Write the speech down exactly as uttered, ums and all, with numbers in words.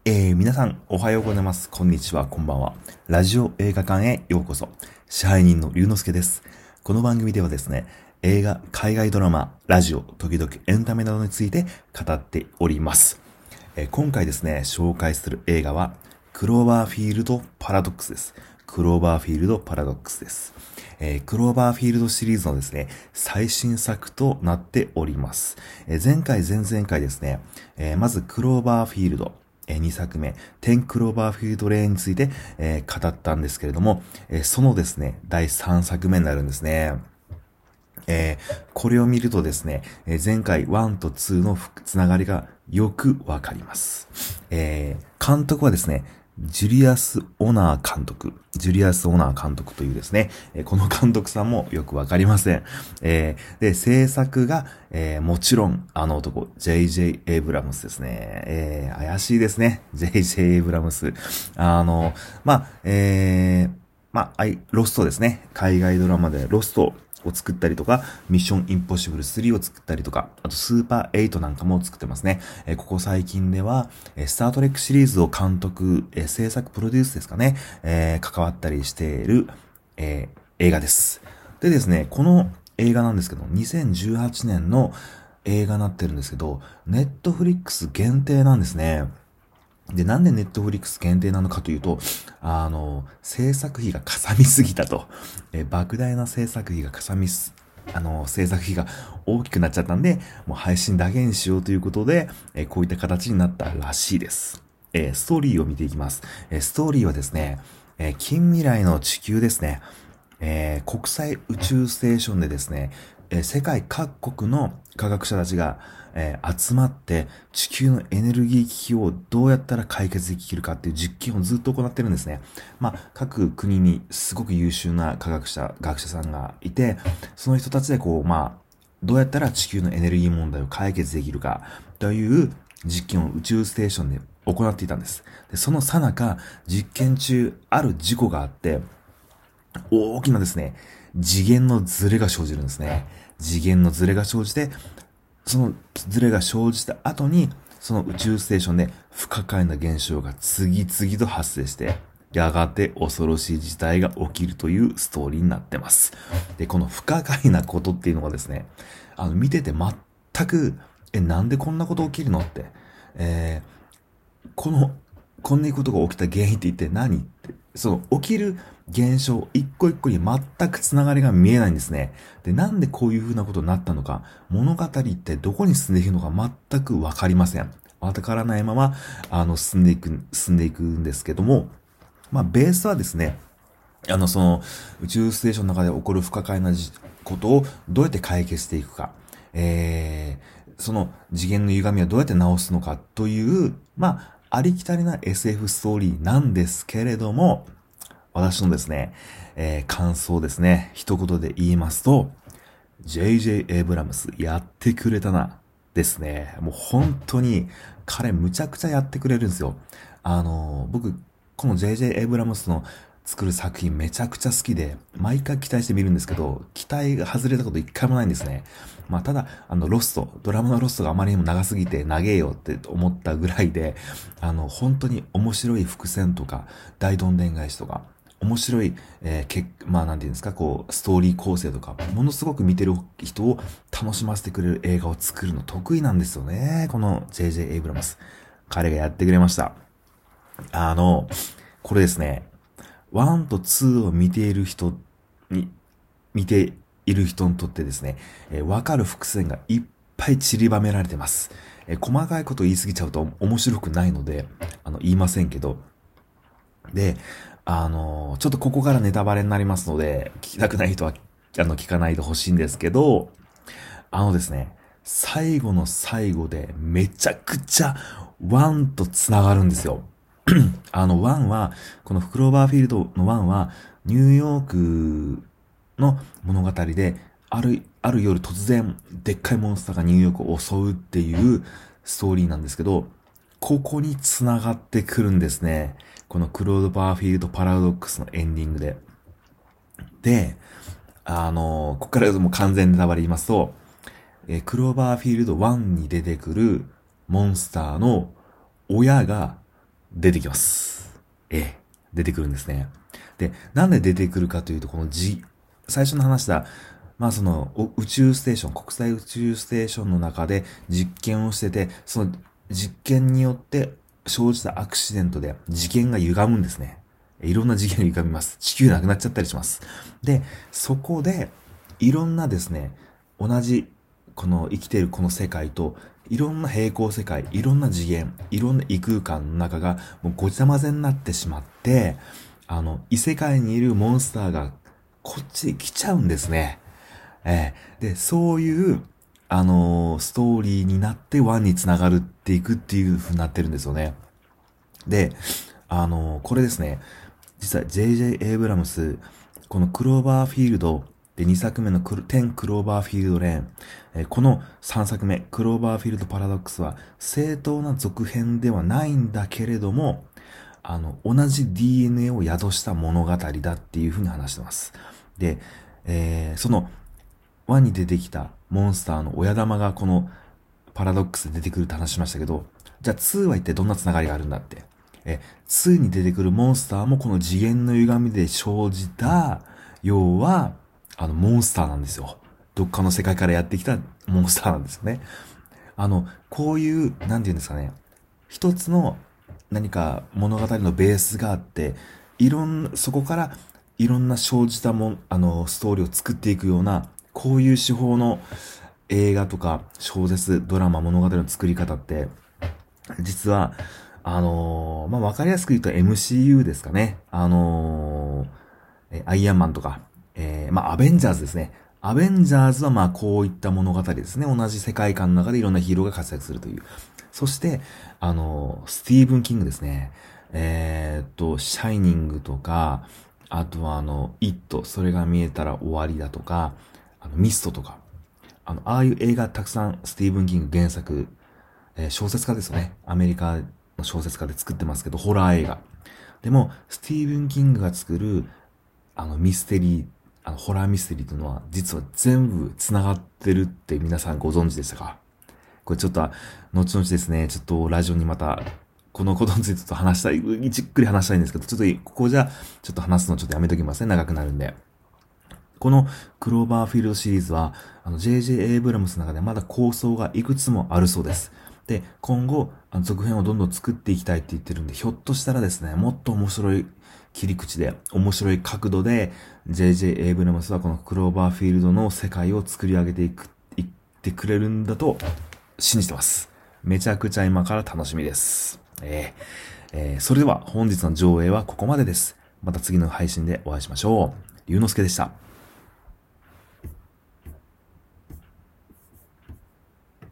えー、皆さん、おはようございます。こんにちは、こんばんは。ラジオ映画館へようこそ。支配人の龍之介です。この番組ではですね、映画、海外ドラマ、ラジオ、時々エンタメなどについて語っております。えー、今回ですね、紹介する映画は、クローバーフィールドパラドックスです。クローバーフィールドパラドックスです。えー、クローバーフィールドシリーズのですね、最新作となっております。えー、前回、前々回ですね、えー、まずクローバーフィールド、えー、にさくめ、テンクローバーフィールドレインについて、えー、語ったんですけれども、えー、そのですね、だいさんさくめになるんですね。えー、これを見るとですね、えー、前回いちとにのつながりがよくわかります。えー、監督はですね、ジュリアス・オナー監督。ジュリアス・オナー監督というですね、えー、この監督さんもよくわかりません。えー、で、制作が、えー、もちろん、あの男、ジェイジェイ エイブラムスですね。えー、怪しいですね。ジェイジェイ エイブラムス。あの、まあ、えー、まあ、ロストですね。海外ドラマでロストを作ったりとか、ミッションインポッシブルスリーを作ったりとか、あとスーパーエイトなんかも作ってますね。えー、ここ最近では、えー、スタートレックシリーズを監督、えー、制作プロデュースですかね、えー、関わったりしている、えー、映画です。でですね、この映画なんですけど、にせんじゅうはちねんの映画になってるんですけど、ネットフリックス限定なんですね。で、なんでネットフリックス限定なのかというと、あの、制作費がかさみすぎたと。え、莫大な制作費がかさみす、あの、制作費が大きくなっちゃったんで、もう配信だけにしようということで、え、こういった形になったらしいです。え、ストーリーを見ていきます。え、ストーリーはですね、え、近未来の地球ですね。えー、国際宇宙ステーションでですね、えー、世界各国の科学者たちが、えー、集まって地球のエネルギー危機をどうやったら解決できるかっていう実験をずっと行ってるんですね。まあ、各国にすごく優秀な科学者、学者さんがいて、その人たちでこう、まあ、どうやったら地球のエネルギー問題を解決できるかという実験を宇宙ステーションで行っていたんです。で、その最中、実験中、ある事故があって、大きなですね、次元のズレが生じるんですね。次元のズレが生じて、そのズレが生じた後に、その宇宙ステーションで不可解な現象が次々と発生して、やがて恐ろしい事態が起きるというストーリーになってます。で、この不可解なことっていうのがですね、あの、見てて全く、え、なんでこんなこと起きるのって、えー、この、こんなことが起きた原因って一体何って、その起きる現象一個一個に全くつながりが見えないんですね。で、なんでこういう風なことになったのか、物語ってどこに進んでいくのか全くわかりません。わからないまま、あの、進んでいく、進んでいくんですけども、まあ、ベースはですね、あの、その、宇宙ステーションの中で起こる不可解なことをどうやって解決していくか、えー、その次元の歪みをどうやって直すのかという、まあ、ありきたりな エスエフ ストーリーなんですけれども、私のですね、えー、感想ですね、一言で言いますと、ジェイジェイ エイブラムスやってくれたな、ですね。もう本当に、彼むちゃくちゃやってくれるんですよ。あのー、僕、この ジェイジェイ エイブラムスの作る作品めちゃくちゃ好きで、毎回期待して見るんですけど、期待が外れたこと一回もないんですね。まあ、ただ、あの、ロスト、ドラマのロストがあまりにも長すぎて長えよって思ったぐらいで、あの、本当に面白い伏線とか、大どんでん返しとか、面白い、えー、けまあ、なんていうんですか、こう、ストーリー構成とか、ものすごく見てる人を楽しませてくれる映画を作るの得意なんですよね。この ジェイジェイ エイブラムス。彼がやってくれました。あの、これですね、ワンとツーを見ている人に、見ている人にとってですね、えー、わかる伏線がいっぱい散りばめられてます。えー、細かいことを言い過ぎちゃうと面白くないので、あの、言いませんけど、で、あのー、ちょっとここからネタバレになりますので、聞きたくない人は、あの、聞かないでほしいんですけど、あのですね、最後の最後でめちゃくちゃワンと繋がるんですよ。あのワンは、このクローバーフィールドのワンは、ニューヨークの物語で、ある、ある夜突然、でっかいモンスターがニューヨークを襲うっていうストーリーなんですけど、ここに繋がってくるんですね。このクローバーフィールドパラドックスのエンディングで。で、あの、ここからもう完全ネタバレ言いますと、えクローバーフィールドワンに出てくるモンスターの親が出てきます。ええ、出てくるんですね。で、なんで出てくるかというと、このじ、最初の話だ、まあその宇宙ステーション、国際宇宙ステーションの中で実験をしてて、その実験によって生じたアクシデントで次元が歪むんですね。いろんな次元が歪みます。地球なくなっちゃったりします。で、そこでいろんなですね、同じこの生きているこの世界といろんな平行世界、いろんな次元、いろんな異空間の中がもうごちゃ混ぜになってしまって、あの、異世界にいるモンスターがこっちに来ちゃうんですね。ええ。で、そういう、あのーストーリーになってワンに繋がるっていくっていう風になってるんですよね。で、あのーこれですね、実は ジェイジェイ エイブラムス、このクローバーフィールドでにさくめのクロテンクローバーフィールドレーン、えーこのさんさくめ、クローバーフィールドパラドックスは正当な続編ではないんだけれども、あの、同じ ディーエヌエー を宿した物語だっていう風に話してます。で、えーそのワンに出てきたモンスターの親玉がこのパラドックスで出てくるって話しましたけど、じゃあツーは一体どんな繋がりがあるんだって。え、ツーに出てくるモンスターもこの次元の歪みで生じた、要は、あの、モンスターなんですよ。どっかの世界からやってきたモンスターなんですよね。あの、こういう、なんて言うんですかね。一つの何か物語のベースがあって、いろんな、そこからいろんな生じたもん、あの、ストーリーを作っていくような、こういう手法の映画とか小説、ドラマ、物語の作り方って、実は、あのーまあ、わかりやすく言うと エムシーユー ですかね。あのーえアイアンマンとか、えー、まあ、アベンジャーズですね。アベンジャーズはまあこういった物語ですね。同じ世界観の中でいろんなヒーローが活躍するという。そして、あのースティーブン・キングですね。えー、っと、シャイニングとか、あとはあの、イット、それが見えたら終わりだとか、あの、ミストとか、あの、ああいう映画たくさんスティーブン・キング原作、えー小説家ですよね。アメリカの小説家で作ってますけど、ホラー映画。でも、スティーブン・キングが作る、あの、ミステリー、あの、ホラーミステリーというのは、実は全部繋がってるって皆さんご存知でしたか？これちょっと、後々ですね、ちょっとラジオにまた、このことについてちょっと話したい、じっくり話したいんですけど、ちょっと、ここじゃ、ちょっと話すのちょっとやめときますね。長くなるんで。このクローバーフィールドシリーズは、あの ジェイジェイ エイブラムスの中でまだ構想がいくつもあるそうです。で、今後、あの続編をどんどん作っていきたいって言ってるんで、ひょっとしたらですね、もっと面白い切り口で、面白い角度で、ジェイジェイ エイブラムスはこのクローバーフィールドの世界を作り上げていく、いってくれるんだと信じてます。めちゃくちゃ今から楽しみです。えーえーそれでは本日の上映はここまでです。また次の配信でお会いしましょう。ゆうのすけでした。